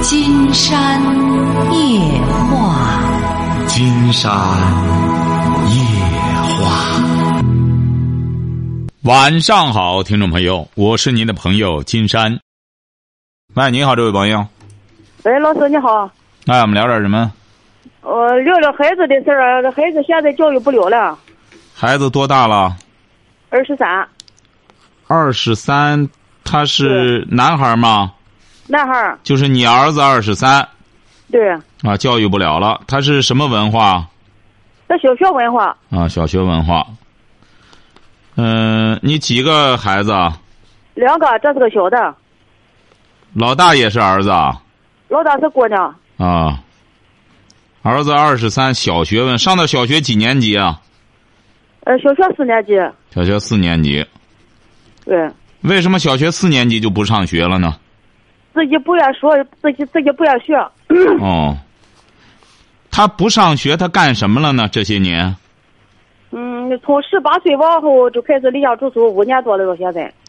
金山夜话， 金山夜话。 晚上好，听众朋友，我是您的朋友金山。喂，你好，这位朋友。 喂，老师你好。 我们聊点什么？ 聊聊孩子的事儿。这孩子现在教育不了了。 孩子多大了 ？23。 23，他是男孩吗？ 男孩。就是你儿子23。 对。 教育不了了。他是什么文化？ 他小学文化。 小学文化。你几个孩子？2 个，这是个小的。 老大也是儿子？ 老大是姑娘。 儿子23，小学问，上的小学几年级啊？ 小学4年级。 小学4年级。 对。 为什么小学4年级就不上学了呢？ 自己不愿说，自己不愿学。 他不上学，他干什么了呢？这些年？ 从18岁往后就开始离家出走，5年多了到现在。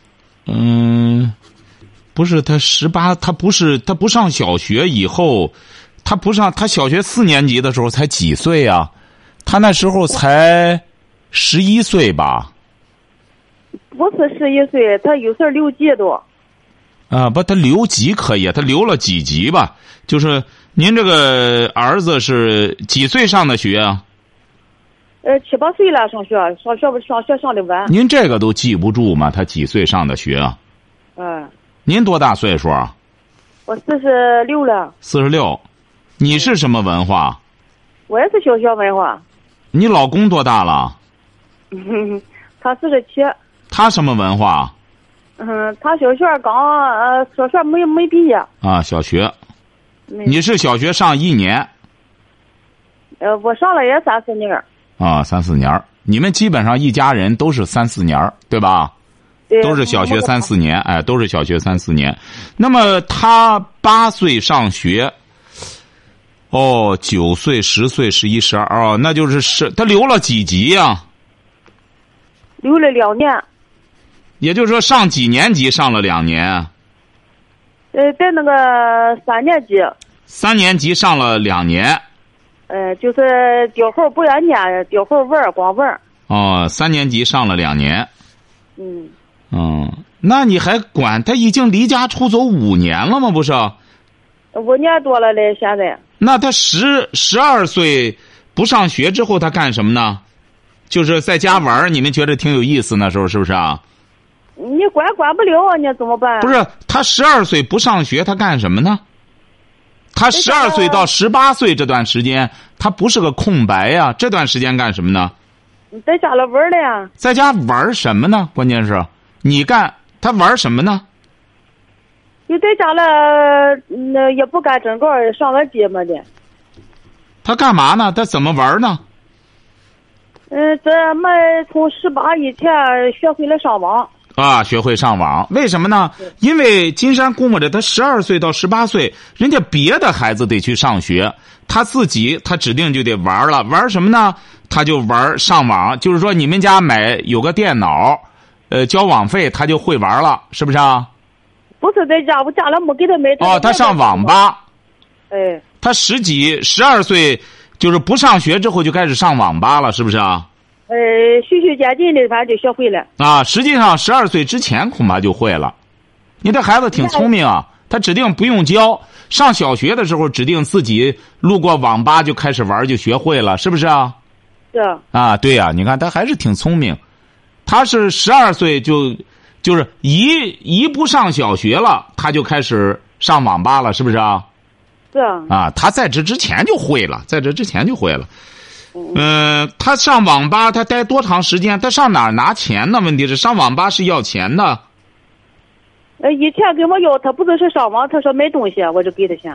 不是他18，他不上小学以后，他小学4年级的时候才几岁啊？他那时候才11岁吧？ 不是11岁，他有时候留级都。 他留级可以，他留了几级吧？就是您这个儿子是几岁上的学啊 ？7、8岁了，上学上的晚。 您这个都记不住吗？他几岁上的学啊？您多大岁数啊？ 我46了。 46，你是什么文化？ 我也是小学文化。 你老公多大了？ 他47。 他什么文化？ 他小学小学没毕业。 小学。你是小学上1年？ 我上了也3、4年。 3、4年，你们基本上一家人都是3、4年，对吧？ 对。 都是小学3、4年，都是小学3、4年。那么他8岁上学，9岁、10岁、11、12，那就是他留了几级呀？ 留了2年。 也就是说，上几年级上了2年？ 在那个3年级。 3年级上了2年。 就是吊号不愿念，吊号玩光玩。 3年级上了2年。那你还管他？已经离家出走5年了吗？不是 ？5年多了嘞，现在。那他12岁不上学之后，他干什么呢？就是在家玩，你们觉得挺有意思那时候，是不是啊？ 你管不了啊，你怎么办？ 不是，他12岁不上学，他干什么呢？他12岁到18岁这段时间，他不是个空白呀。这段时间干什么呢？ 在家里玩了呀。 在家玩什么呢？关键是他玩什么呢？ 就在家了，也不干正个上个机么的。 他干嘛呢？他怎么玩呢？ 这么从18以前学会了上网。 学会上网，为什么呢？因为金山估摸着他12岁到18岁，人家别的孩子得去上学，他指定就得玩了。玩什么呢？他就玩上网，就是说你们家有个电脑，交网费，他就会玩了，是不是啊？ 不是在家，我家里没给他买。 他上网吧。他12岁就是不上学之后就开始上网吧了，是不是啊？ 循序渐进的，反正就学会了。 实际上12岁之前恐怕就会了。你这孩子挺聪明啊，他指定不用教，上小学的时候指定自己路过网吧就开始玩，就学会了，是不是啊？ 是。 对呀，你看他还是挺聪明。他是12岁就是一不上小学了，他就开始上网吧了，是不是啊？ 是。 他在这之前就会了，他上网吧，他待多长时间？他上哪儿拿钱呢？问题是上网吧是要钱的。 以前给我要，他不是上网，他说买东西，我就给他钱。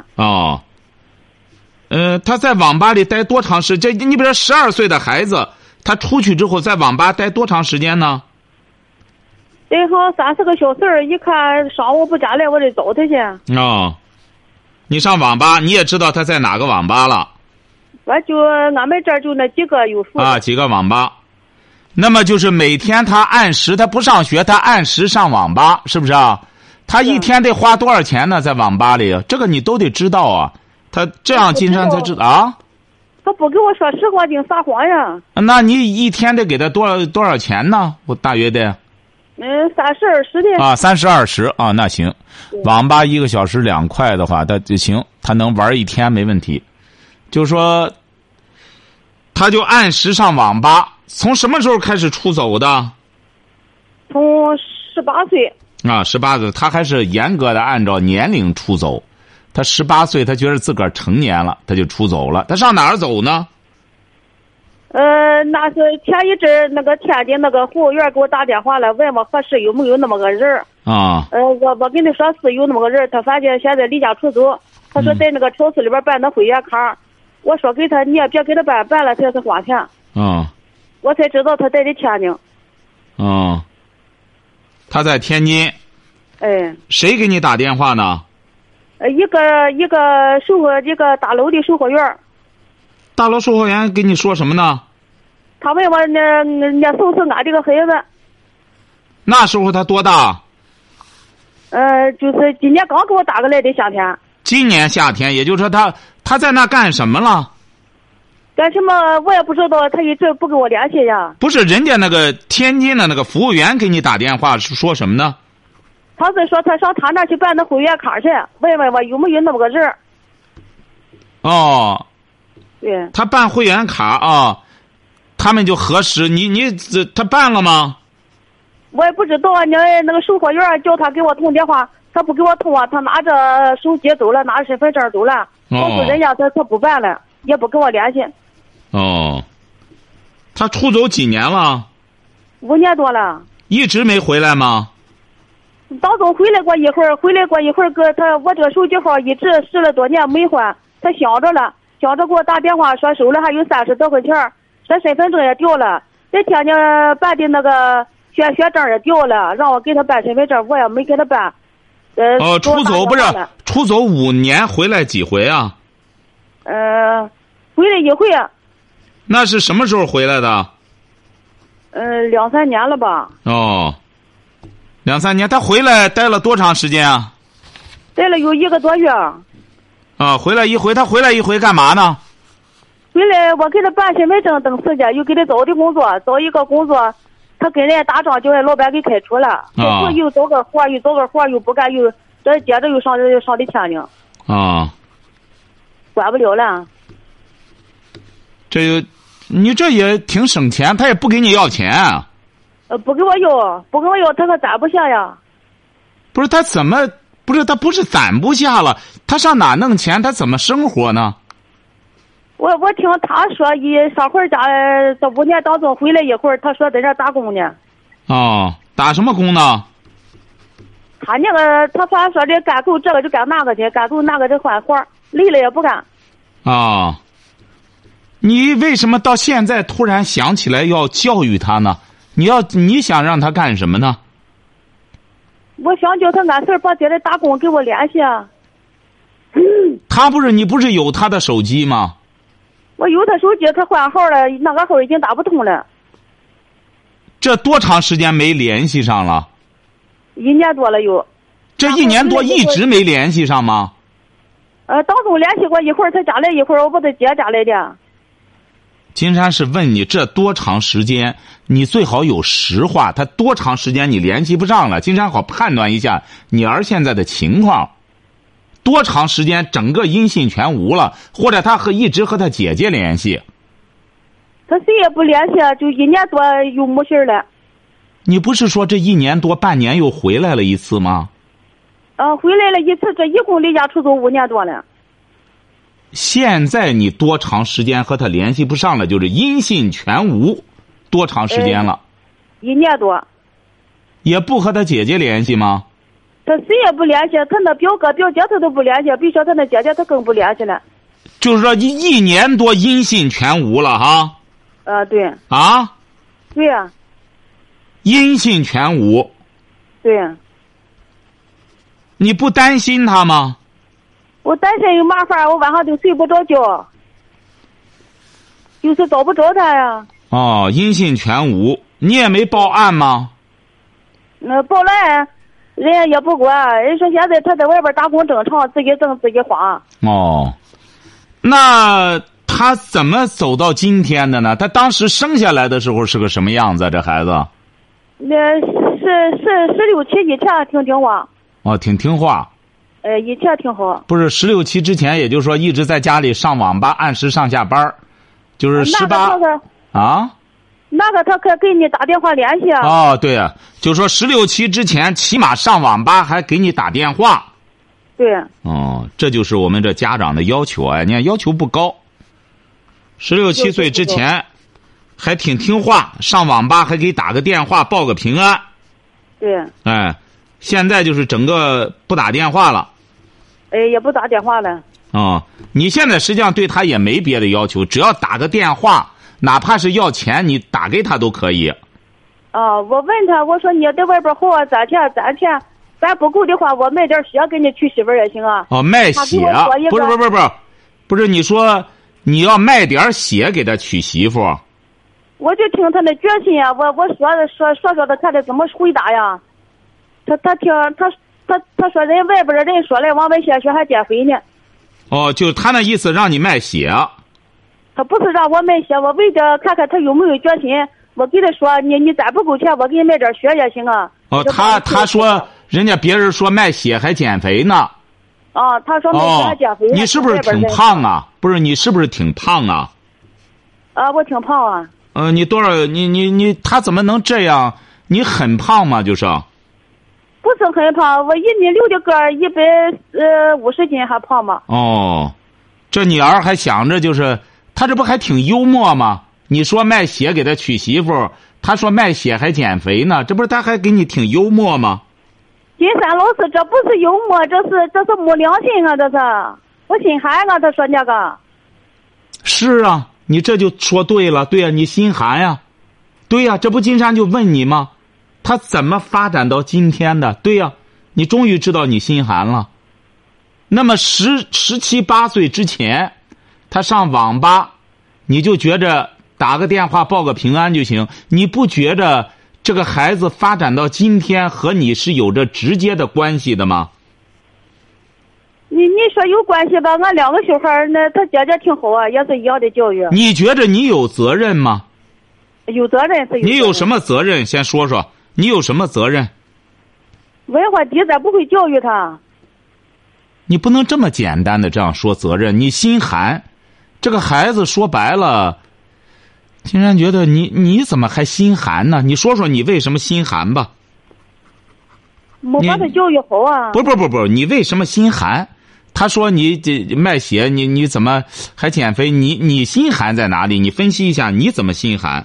他在网吧里待多长时间？你比如说12岁的孩子，他出去之后在网吧待多长时间呢？ 待上30个小时，一看上午不家来，我得找他去。 你上网吧，你也知道他在哪个网吧了？ 俺们这儿就那几个有数。 几个网吧。那么就是每天他按时，他不上学，他按时上网吧，是不是啊？ 他一天得花多少钱呢？在网吧里，这个你都得知道啊。他这样金山才知道啊。 他不给我说实话，净撒谎呀。 那你一天得给他多少钱呢？我大约得。 30、20的。 啊，30、20啊，那行。网吧1个小时2块的话，他就行，他能玩一天没问题。就是说，他就按时上网吧。从什么时候开始出走的？ 从18岁。 啊，18岁，他还是严格的按照年龄出走。他18岁，他觉得自个儿成年了，他就出走了。他上哪儿走呢？ 那是前一阵那个天津那个服务员给我打电话了，问我合适有没有那么个人啊。 我跟他说是有那么个人，他发现现在离家出走，他说在那个超市里边办的会员卡，我说给他，你也别给他办了他也是花钱。我才知道他在天津。 他在天津。谁给你打电话呢？ 一个大楼的售货员。 大楼售货员跟你说什么呢？ 他问我你收拾俺这个孩子。 那时候他多大？ 就是今年刚给我打过来的夏天。 今年夏天，也就是说他在那干什么了？ 干什么我也不知道，他一直不跟我联系呀。 不是人家那个天津的那个服务员给你打电话是说什么呢？ 他是说他上他那去办那会员卡去，问问我有没有那么个人。对。 他办会员卡啊，他们就核实他办了吗？ 我也不知道啊，那个售货员叫他给我通电话，他不给我通啊，他拿着手机走了，拿着身份证走了，告诉人家他不办了，也不跟我联系。 他出走几年了 ？5年多了。 一直没回来吗？ 当中回来过一会儿，我这个手机号一直10了多年没换，他想着给我打电话说收了还有30多块钱，说身份证也掉了，在天津办的那个学证也掉了，让我给他办身份证，我也没给他办。 出走不是出走5年，回来几回啊？ 回来一回。 那是什么时候回来的 ？2、3年了吧。 2、3年，他回来待了多长时间啊？ 待了有1个多月。 回来一回，他回来一回干嘛呢？ 回来我给他办身份证等时间，又给他找的工作，找一个工作，他跟人家打仗，叫人老板给开除了。又找个活，又不干，又这接着又上的天津。管不了了。 你这也挺省钱，他也不给你要钱。 不给我要，他可攒不下呀。 不是他怎么？他不是攒不下了，他上哪弄钱？他怎么生活呢？ 我听他说，上回家这5年当中回来一会儿，他说在这打工呢。 打什么工呢？ 他反正说的干够这个就干那个去，干够那个就换活，累了也不干。 你为什么到现在突然想起来要教育他呢？你想让他干什么呢？ 我想叫他按事把这来打工给我联系啊。 你不是有他的手机吗？ 我有他手机，他换号了，那个号已经打不通了。 这多长时间没联系上了 ？1年多了有。 这1年多一直没联系上吗？ 当中联系过一会儿，他家来一会儿，我把他接家来的。 金山是问你这多长时间，你最好有实话。他多长时间你联系不上了？金山好判断一下你儿现在的情况。多长时间整个音信全无了，或者他一直和他姐姐联系？ 他谁也不联系，就1年多又没信了。 你不是说这1年多半年又回来了一次吗？ 回来了一次，这一共离家出走5年多了。 现在你多长时间和他联系不上了？就是音信全无，多长时间了 ？1年多。 也不和他姐姐联系吗？ 他谁也不联系，他那表哥表姐他都不联系，比如说他那姐姐他更不联系了。 就是说1年多音信全无了哈。 对。对呀。 音信全无。 对呀。 你不担心他吗？ 我担心有麻烦，我晚上都睡不着觉，就是找不着他呀。 音信全无，你也没报案吗？ 报了案， 人家也不管，人说现在他在外边打工正常，自己挣自己花。 哦，那他怎么走到今天的呢？他当时生下来的时候是个什么样子？这孩子？ 那16、17以前挺话。 哦，挺听话。 以前挺好。 不是16、17之前，也就是说一直在家里上网吧，按时上下班，就是18啊。 那个他可给你打电话联系啊。 哦，对啊，就说16、17之前，起码上网吧还给你打电话。 对。 哦，这就是我们这家长的要求啊！你看要求不高，16、17岁之前还挺听话，上网吧还给打个电话报个平安。 对。 哎，现在就是整个不打电话了。 也不打电话了。 哦，你现在实际上对他也没别的要求，只要打个电话，哪怕是要钱，你打给他都可以。 我问他，我说你在外边好攒钱，咱不够的话，我卖点血给你娶媳妇也行啊。 哦，卖血？不是，你说你要卖点血给他娶媳妇？ 我就听他的决心啊，我说他看他怎么回答呀。他说人外边的人说来往外献血还减肥呢。 哦，就他那意思让你卖血。 他不是让我卖血，我为着看看他有没有决心。我给他说，你攒不够钱，我给你买点血也行啊。 哦，他说人家别人说卖血还减肥呢。 哦，他说卖血还减肥。 你是不是挺胖啊？不是，你是不是挺胖啊？ 我挺胖啊。 你多少？你他怎么能这样？你很胖吗？就是。 不是很胖，我1米6的个，150斤还胖吗？ 哦，这你儿还想着就是他这不还挺幽默吗？你说卖血给他娶媳妇，他说卖血还减肥呢，这不是他还给你挺幽默吗？ 金山老师，这不是幽默，这是没良心啊！这是我心寒啊！他说那个。 是啊，你这就说对了，对啊，你心寒呀，对呀，这不金山就问你吗？他怎么发展到今天的？对呀，你终于知道你心寒了。那么17、18岁之前，他上网吧，你就觉着打个电话报个平安就行，你不觉着这个孩子发展到今天和你是有着直接的关系的吗？ 你说有关系吧？俺2个小孩那他姐姐挺好啊，也是一样的教育。 你觉着你有责任吗？ 有责任是有责任。 你有什么责任？先说说。你有什么责任？ 文化低，咱不会教育他。 你不能这么简单的这样说责任。你心寒，这个孩子说白了，竟然觉得你怎么还心寒呢？你说说你为什么心寒吧？ 没把他教育好啊。 不，你为什么心寒？他说你这卖血，你怎么还减肥？你心寒在哪里？你分析一下，你怎么心寒？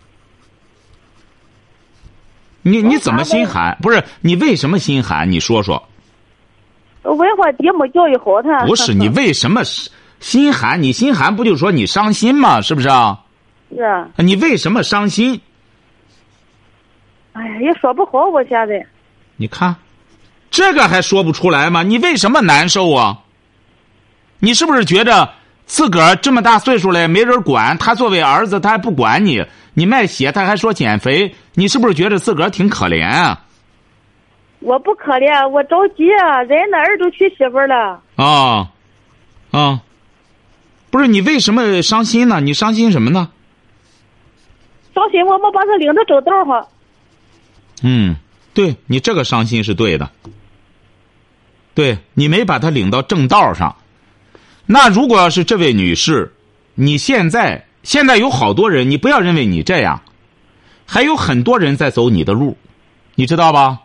你怎么心寒？不是你为什么心寒？你说说。 文化低，没教育好他。 不是你为什么心寒？你心寒不就说你伤心吗？是不是啊？ 是啊。 你为什么伤心？ 哎呀，也说不好，我现在。 你看，这个还说不出来吗？你为什么难受啊？你是不是觉着自个儿这么大岁数了没人管？他作为儿子，他还不管你。你卖血，他还说减肥，你是不是觉得自个儿挺可怜啊？ 我不可怜，我着急啊！人那儿都娶媳妇了。 不是你为什么伤心呢？你伤心什么呢？ 伤心我没把他领到正道上。 对，你这个伤心是对的。对，你没把他领到正道上。那如果要是这位女士，你现在有好多人，你不要认为你这样，还有很多人在走你的路，你知道吧？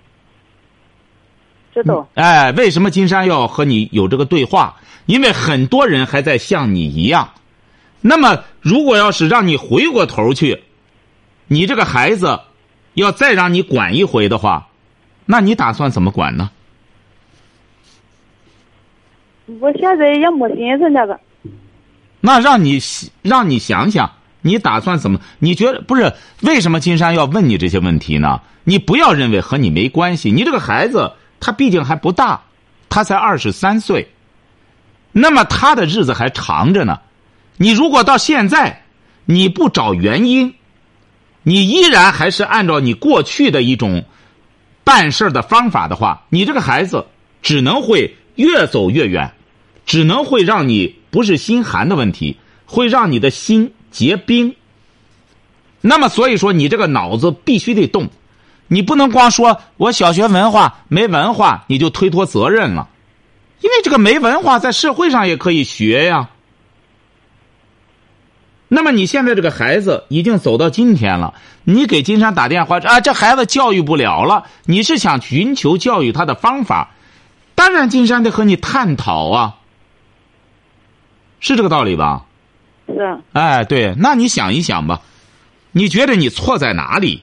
知道。 为什么金山要和你有这个对话？因为很多人还在像你一样。那么如果要是让你回过头去，你这个孩子要再让你管一回的话，那你打算怎么管呢？ 我现在也没心思那个。 那让你想想，你打算怎么？你觉得不是？为什么金山要问你这些问题呢？你不要认为和你没关系。你这个孩子他毕竟还不大，他才23岁，那么他的日子还长着呢。你如果到现在你不找原因，你依然还是按照你过去的一种办事的方法的话，你这个孩子只能会越走越远，只能会让你不是心寒的问题，会让你的心结冰。那么所以说你这个脑子必须得动，你不能光说我小学文化没文化你就推脱责任了，因为这个没文化在社会上也可以学呀。那么你现在这个孩子已经走到今天了，你给金山打电话啊，这孩子教育不了了，你是想寻求教育他的方法，当然金山得和你探讨啊，是这个道理吧？ 是。 哎，对，那你想一想吧，你觉得你错在哪里？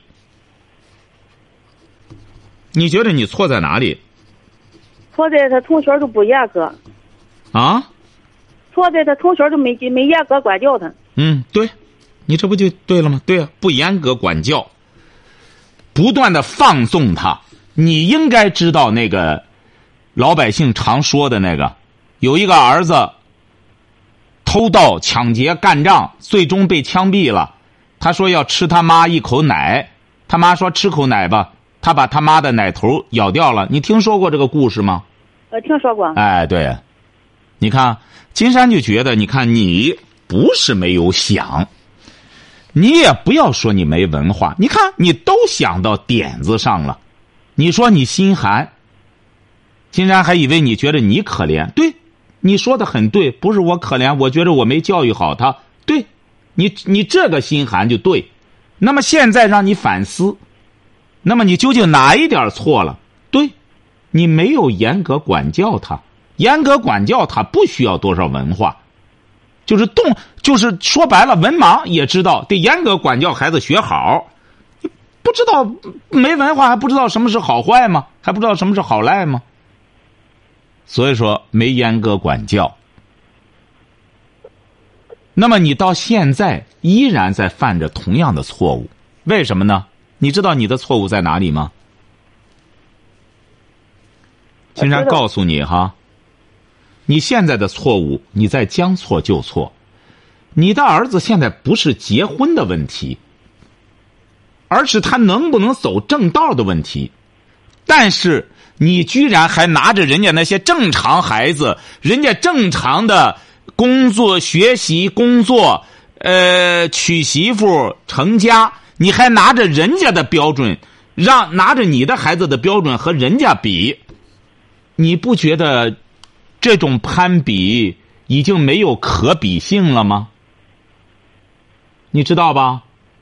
你觉得你错在哪里？ 错在他从小就不严格。 啊？ 错在他从小就没严格管教他。 对，你这不就对了吗？对啊，不严格管教，不断的放纵他。你应该知道那个老百姓常说的那个，有一个儿子偷盗抢劫干仗，最终被枪毙了。他说要吃他妈一口奶，他妈说吃口奶吧，他把他妈的奶头咬掉了。你听说过这个故事吗？ 听说过。 哎，对，你看金山就觉得，你看你不是没有想，你也不要说你没文化，你看你都想到点子上了。你说你心寒，金山还以为你觉得你可怜。对，你说的很对，不是我可怜，我觉得我没教育好他。对，你这个心寒就对。那么现在让你反思，那么你究竟哪一点错了？对，你没有严格管教他，严格管教他不需要多少文化，就是说白了，文盲也知道得严格管教孩子学好。不知道没文化还不知道什么是好坏吗？还不知道什么是好赖吗？所以说没严格管教。那么你到现在依然在犯着同样的错误，为什么呢？你知道你的错误在哪里吗？金山告诉你哈，你现在的错误，你在将错就错。你的儿子现在不是结婚的问题，而是他能不能走正道的问题。但是你居然还拿着人家那些正常孩子，人家正常的工作学习工作娶媳妇成家，你还拿着人家的标准，拿着你的孩子的标准和人家比，你不觉得这种攀比已经没有可比性了吗？你知道吧？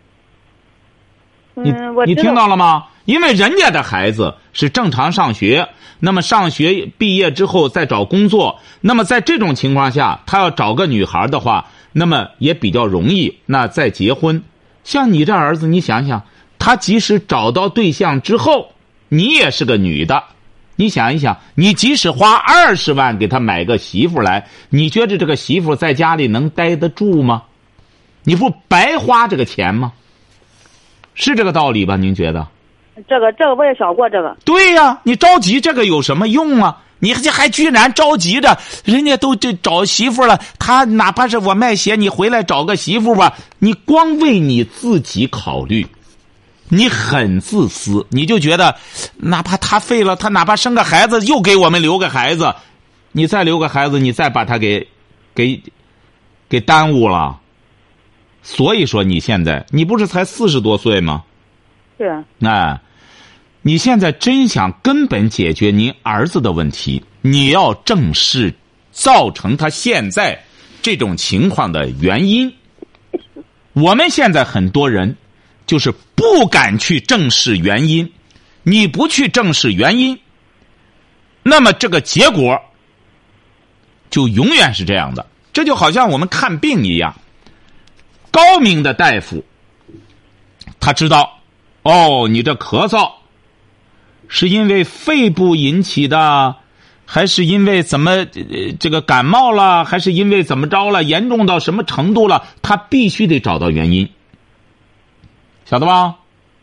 你听到了吗？因为人家的孩子是正常上学，那么上学毕业之后再找工作，那么在这种情况下他要找个女孩的话，那么也比较容易，那再结婚。像你这儿子，你想想，他即使找到对象之后，你也是个女的，你想一想，你即使花20万给他买个媳妇来，你觉得这个媳妇在家里能待得住吗？你不白花这个钱吗？是这个道理吧？您觉得？ 这个我也想过这个。 对呀，你着急这个有什么用啊？你还居然着急着，人家都这找媳妇了，他哪怕是我卖鞋，你回来找个媳妇吧，你光为你自己考虑，你很自私，你就觉得哪怕他废了，他哪怕生个孩子又给我们留个孩子，你再留个孩子，你再把他给耽误了。所以说你现在你不是才40多岁吗？ 是。 你现在真想根本解决您儿子的问题，你要正视造成他现在这种情况的原因。我们现在很多人就是不敢去正视原因，你不去正视原因，那么这个结果就永远是这样的。这就好像我们看病一样，高明的大夫他知道，你这咳嗽是因为肺部引起的，还是因为怎么这个感冒了，还是因为怎么着了，严重到什么程度了，他必须得找到原因，晓得吧？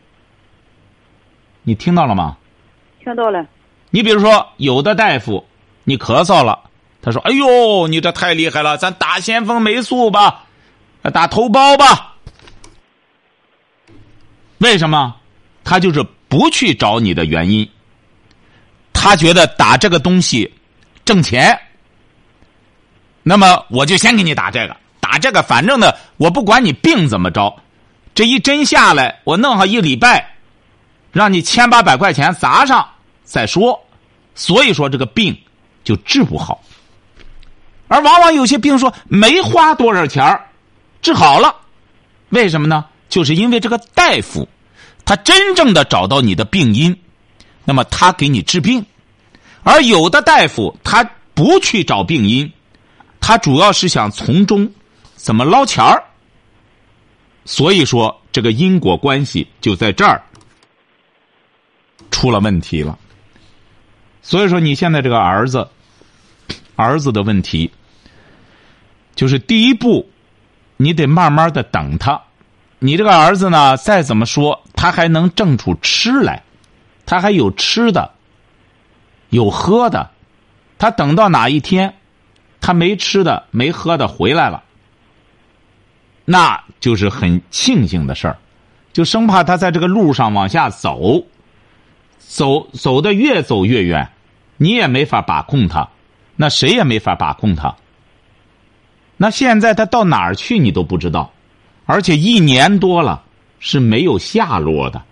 你听到了吗？ 听到了。 你比如说有的大夫你咳嗽了，他说哎呦你这太厉害了，咱打先锋霉素吧，打头孢吧。为什么？他就是不去找你的原因，他觉得打这个东西挣钱，那么我就先给你打这个，打这个反正呢我不管你病怎么着，这一针下来我弄好1礼拜，让你1800块钱砸上再说，所以说这个病就治不好。而往往有些病说没花多少钱治好了，为什么呢？就是因为这个大夫他真正的找到你的病因，那么他给你治病。而有的大夫他不去找病因，他主要是想从中怎么捞钱儿。所以说这个因果关系就在这儿出了问题了。所以说你现在这个儿子的问题，就是第一步你得慢慢的等他。你这个儿子呢再怎么说他还能挣出吃来，他还有吃的有喝的，他等到哪一天他没吃的没喝的回来了，那就是很庆幸的事儿，就生怕他在这个路上往下走的越走越远，你也没法把控他，那谁也没法把控他。那现在他到哪儿去你都不知道，而且1年多了是没有下落的，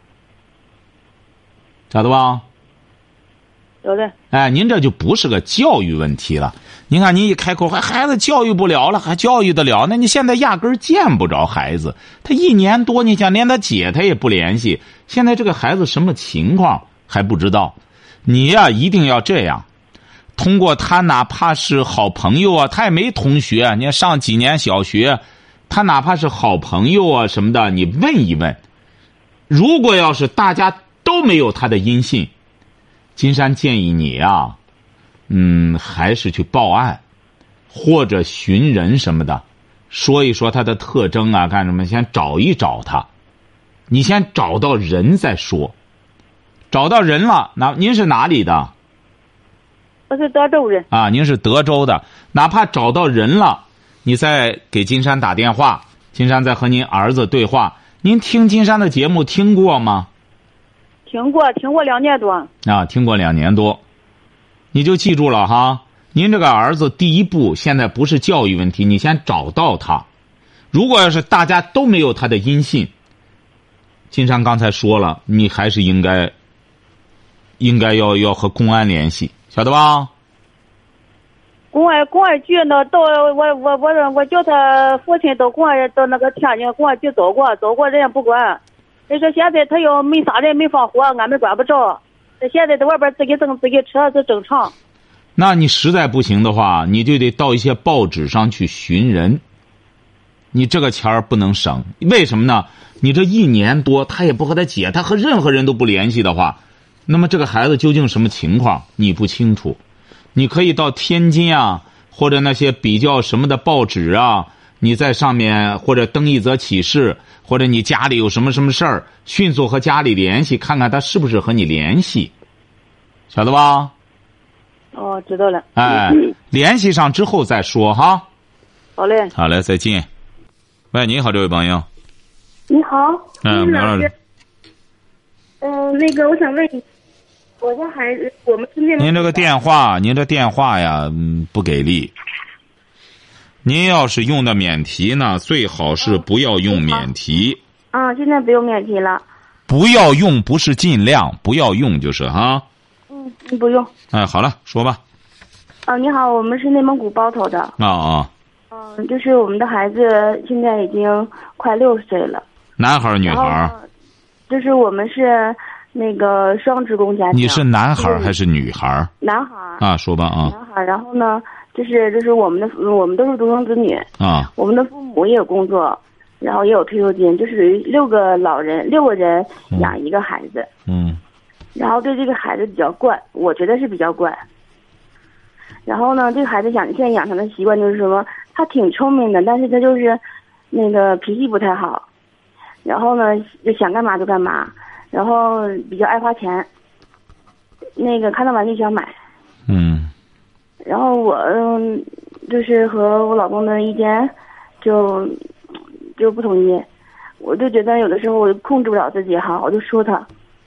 晓得吧？ 晓得。 哎，您这就不是个教育问题了。您看您一开口还孩子教育不了了，还教育得了？那你现在压根儿见不着孩子，他1年多，你想连他姐他也不联系，现在这个孩子什么情况还不知道。你呀一定要这样，通过他哪怕是好朋友啊，他也没同学，你上几年小学，他哪怕是好朋友啊什么的，你问一问。如果要是大家都没有他的音信，金山建议你啊，还是去报案或者寻人什么的，说一说他的特征啊，干什么？先找一找他，你先找到人再说。找到人了，那您是哪里的？ 我是德州人。 啊，您是德州的，哪怕找到人了，你再给金山打电话，金山再和您儿子对话。您听金山的节目听过吗？ 听过2年多。 啊，听过2年多，你就记住了哈。您这个儿子第一步现在不是教育问题，你先找到他。如果要是大家都没有他的音信，金山刚才说了，你还是应该要和公安联系，晓得吧？ 公安局呢，到我叫他父亲到到那个天津公安局走过，人家不管。人说现在他要没杀人没放火，俺们管不着。现在在外边自己挣自己吃是正常。 那你实在不行的话，你就得到一些报纸上去寻人。你这个钱儿不能省，为什么呢？你这1年多，他也不和他姐，他和任何人都不联系的话，那么这个孩子究竟什么情况你不清楚。你可以到天津啊，或者那些比较什么的报纸啊，你在上面或者登一则启事，或者你家里有什么事儿，迅速和家里联系，看看他是不是和你联系，晓得吧？ 哦，知道了。 哎，联系上之后再说哈。 好嘞。 好嘞，再见。喂，你好，这位朋友。 你好。 苗老师。 那个我想问你，我家孩子，我们是您这电话呀，不给力。您要是用的免提呢，最好是不要用免提。 啊，现在不用免提了。 不要用不是尽量，不要用就是哈。 不用。 哎，好了，说吧。 你好，我们是内蒙古包头的。就是我们的孩子现在已经快6岁了。男孩女孩？就是我们是那个双职工家庭。 你是男孩还是女孩？ 男孩。 啊，说吧啊。 男孩，然后呢，就是我们都是独生子女啊。 我们的父母也有工作，然后也有退休金，就属于6个人养一个孩子。然后对这个孩子比较惯，我觉得是比较惯。然后呢，这个孩子现在养成的习惯就是什么？他挺聪明的，但是他就是那个脾气不太好。然后呢，就想干嘛就干嘛，然后比较爱花钱。那个看到玩具想买。然后我就是和我老公的意见就不统一，我就觉得有的时候我就控制不了自己哈，我就说他。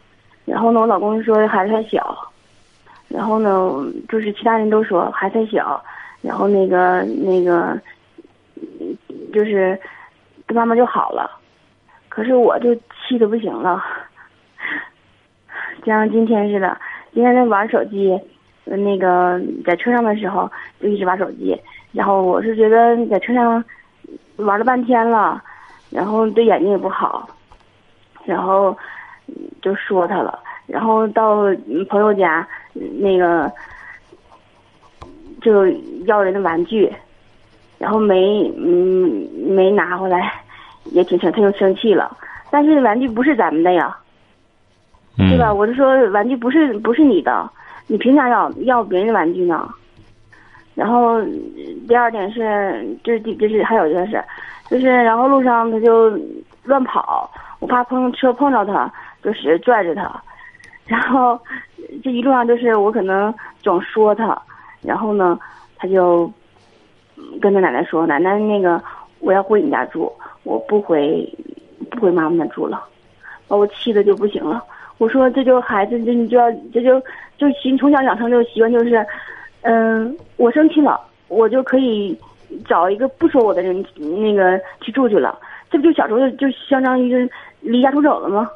然后呢，我老公说孩子还小，然后呢，就是其他人都说孩子还小，然后那个，就是跟妈妈就好了。可是我就气得不行了，就像今天似的，今天在玩手机，那个在车上的时候就一直玩手机，然后我是觉得在车上玩了半天了，然后对眼睛也不好，然后就说他了，然后到朋友家那个就要人的玩具，然后没拿回来，也挺生，他就生气了。但是玩具不是咱们的呀，对吧？我就说玩具不是你的，你凭啥要别人的玩具呢？然后第二点是，就是还有一件事，就是然后路上他就乱跑，我怕车碰着他，就是拽着他，然后这一路上就是我可能总说他，然后呢他就跟他奶奶说，奶奶那个我要回你家住，我不回妈妈那住了，把我气的就不行了。我说这就孩子这就从小养成这个习惯，就是我生气了，我就可以找一个不说我的人那个去住去了，这不就小时候就相当于离家出走了吗？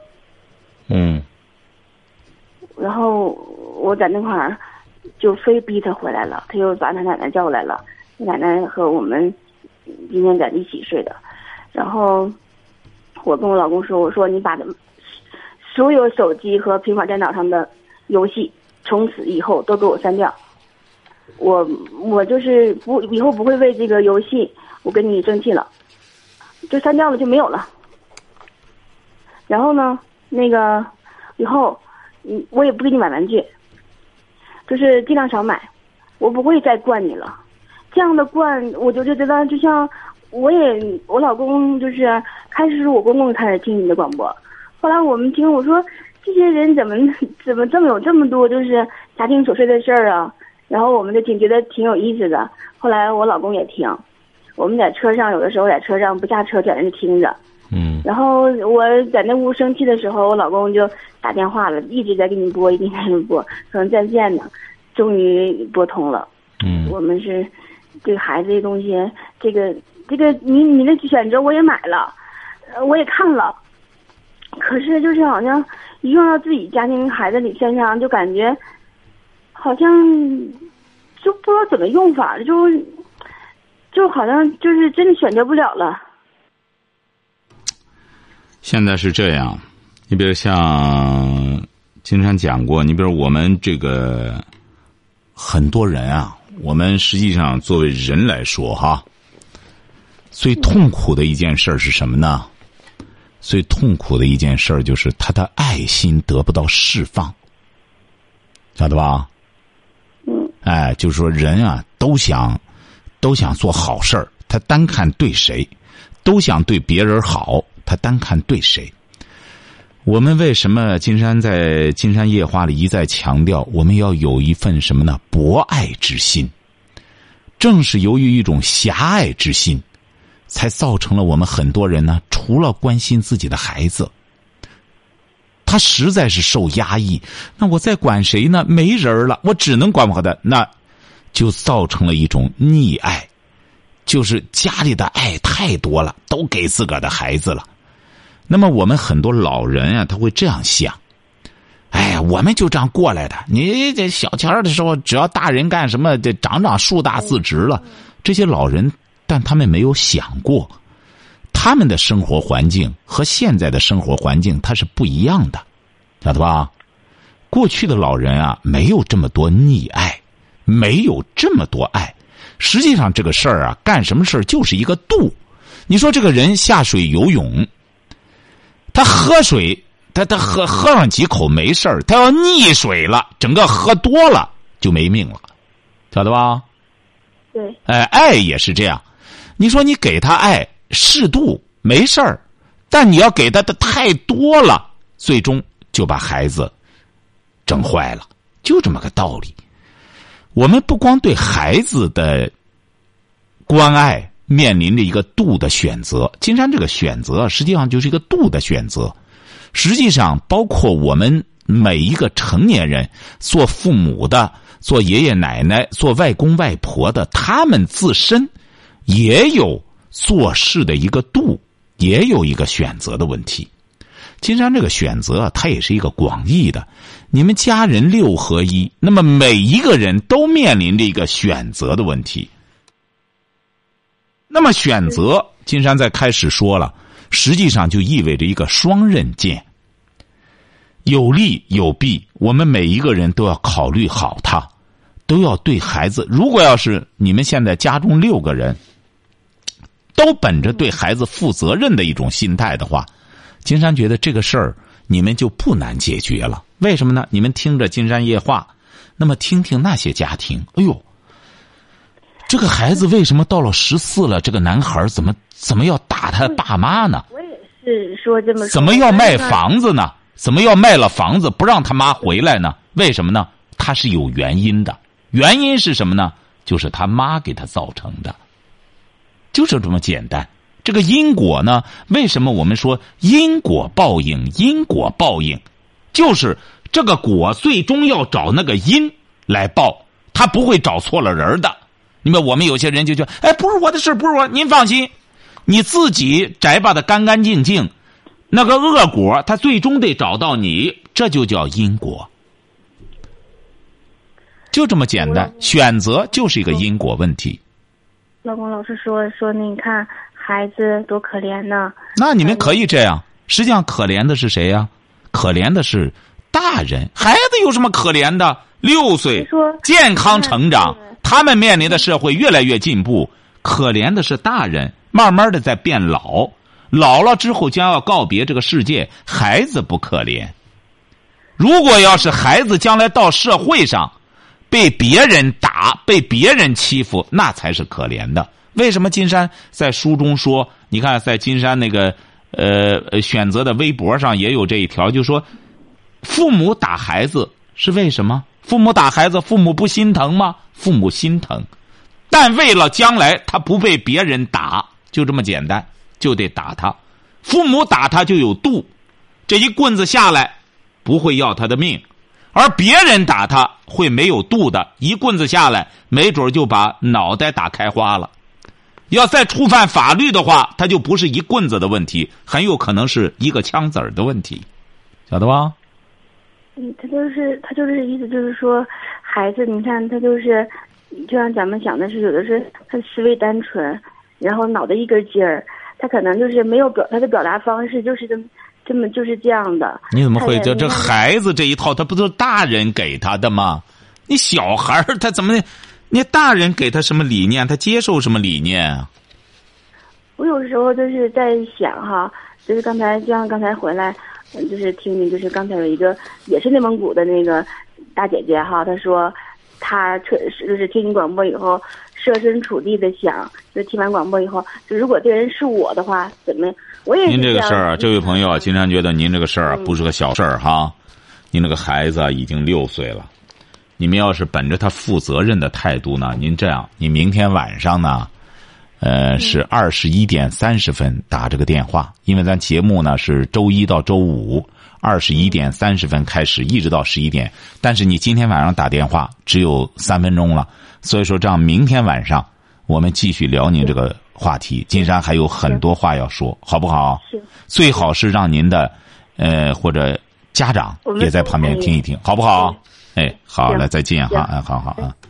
然后我在那块儿就非逼他回来了，他又把他奶奶叫过来了，奶奶和我们今天在一起睡的。然后我跟我老公说，我说你把所有手机和平板电脑上的游戏从此以后都给我删掉，我就是以后不会为这个游戏我跟你生气了，就删掉了就没有了。然后呢那个以后我也不给你买玩具，就是尽量少买，我不会再惯你了。这样的惯我就觉得就像我老公就是开始是我公公开始听你的广播，后来我们听，我说这些人怎么有这么多就是家庭琐碎的事儿啊，然后我们就觉得挺有意思的。后来我老公也听，我们在车上有的时候在车上不下车在那听着，然后我在那屋生气的时候，我老公就打电话了，一直在给你播，一直在给你播，可能在线呢，终于拨通了。我们是这个孩子的东西，这个你的选择我也买了，我也看了，可是就是好像一用到自己家庭孩子里身上，就感觉好像就不知道怎么用法，就好像就是真的选择不了了。 现在是这样，你比如像金山讲过，你比如我们这个很多人啊，我们实际上作为人来说哈，最痛苦的一件事是什么呢？最痛苦的一件事就是他的爱心得不到释放，晓得吧？就是说人啊都想做好事儿，他单看对谁，都想对别人好，他单看对谁。我们为什么金山在金山夜话里一再强调，我们要有一份什么呢？博爱之心。正是由于一种狭隘之心，才造成了我们很多人呢，除了关心自己的孩子，他实在是受压抑，那我再管谁呢？没人了，我只能管我的，那就造成了一种溺爱，就是家里的爱太多了，都给自个儿的孩子了。那么我们很多老人啊，他会这样想，我们就这样过来的，你这小钱的时候只要大人干什么这长树大自直了，这些老人但他们没有想过他们的生活环境和现在的生活环境它是不一样的，晓得吧？过去的老人啊没有这么多溺爱，没有这么多爱，实际上这个事儿啊，干什么事儿就是一个度。你说这个人下水游泳，他喝水他喝上几口没事儿，他要溺水了，整个喝多了就没命了，晓得吧？ 对。 爱也是这样，你说你给他爱适度没事儿，但你要给他的太多了，最终就把孩子整坏了，就这么个道理。我们不光对孩子的关爱面临着一个度的选择，金山这个选择实际上就是一个度的选择。实际上包括我们每一个成年人，做父母的，做爷爷奶奶，做外公外婆的，他们自身也有做事的一个度，也有一个选择的问题。金山这个选择它也是一个广义的，你们家人6合1，那么每一个人都面临着一个选择的问题。那么选择，金山在开始说了，实际上就意味着一个双刃剑，有利有弊，我们每一个人都要考虑好它，都要对孩子，如果要是你们现在家中6个人都本着对孩子负责任的一种心态的话，金山觉得这个事儿你们就不难解决了。为什么呢？你们听着金山夜话，那么听听那些家庭，哎呦，这个孩子为什么到了14了，这个男孩怎么要打他爸妈呢？ 我也是说这么说。 怎么要卖房子呢？怎么要卖了房子不让他妈回来呢？为什么呢？他是有原因的。原因是什么呢？就是他妈给他造成的，就是这么简单。这个因果呢，为什么我们说因果报应？因果报应就是这个果最终要找那个因来报，他不会找错了人的。你们我们有些人就觉得，哎，不是我的事，不是我，您放心，你自己摘拔的干干净净，那个恶果他最终得找到你，这就叫因果，就这么简单。选择就是一个因果问题。 老公老是说你看孩子多可怜呢。 那你们可以这样，实际上可怜的是谁呀？可怜的是大人，孩子有什么可怜的？6岁健康成长，他们面临的社会越来越进步，可怜的是大人，慢慢的在变老，老了之后将要告别这个世界，孩子不可怜。如果要是孩子将来到社会上被别人打，被别人欺负，那才是可怜的。为什么金山在书中说，你看在金山那个选择的微博上也有这一条，就说父母打孩子是为什么？父母打孩子，父母不心疼吗？父母心疼，但为了将来他不被别人打，就这么简单，就得打他。父母打他就有度，这一棍子下来不会要他的命，而别人打他会没有度的，一棍子下来没准就把脑袋打开花了。要再触犯法律的话，他就不是一棍子的问题，很有可能是一个枪子儿的问题，晓得吧？ 他就是意思就是说，孩子你看他就是就像咱们想的是，有的是他思维单纯，然后脑袋一根筋儿，他可能就是没有他的表达方式就是这么就是这样的。 你怎么会这孩子这一套他不都是大人给他的吗？你小孩他怎么你大人给他什么理念，他接受什么理念啊？ 我有时候就是在想哈，就是刚才回来，就是听你，就是刚才有一个也是内蒙古的那个大姐姐哈，她说她就是听你广播以后设身处地的想，就听完广播以后，就如果这人是我的话，怎么我也是。您这个事儿啊，这位朋友啊，经常觉得您这个事儿啊不是个小事儿哈。您那个孩子已经6岁了，你们要是本着他负责任的态度呢，您这样，你明天晚上呢，是21点30分打这个电话，因为咱节目呢是周一到周五21点30分开始，一直到11点，但是你今天晚上打电话只有3分钟了，所以说这样明天晚上我们继续聊您这个话题。金山还有很多话要说，好不好？是。最好是让您的或者家长也在旁边听一听，好不好？哎，好了，再见哈，好好啊。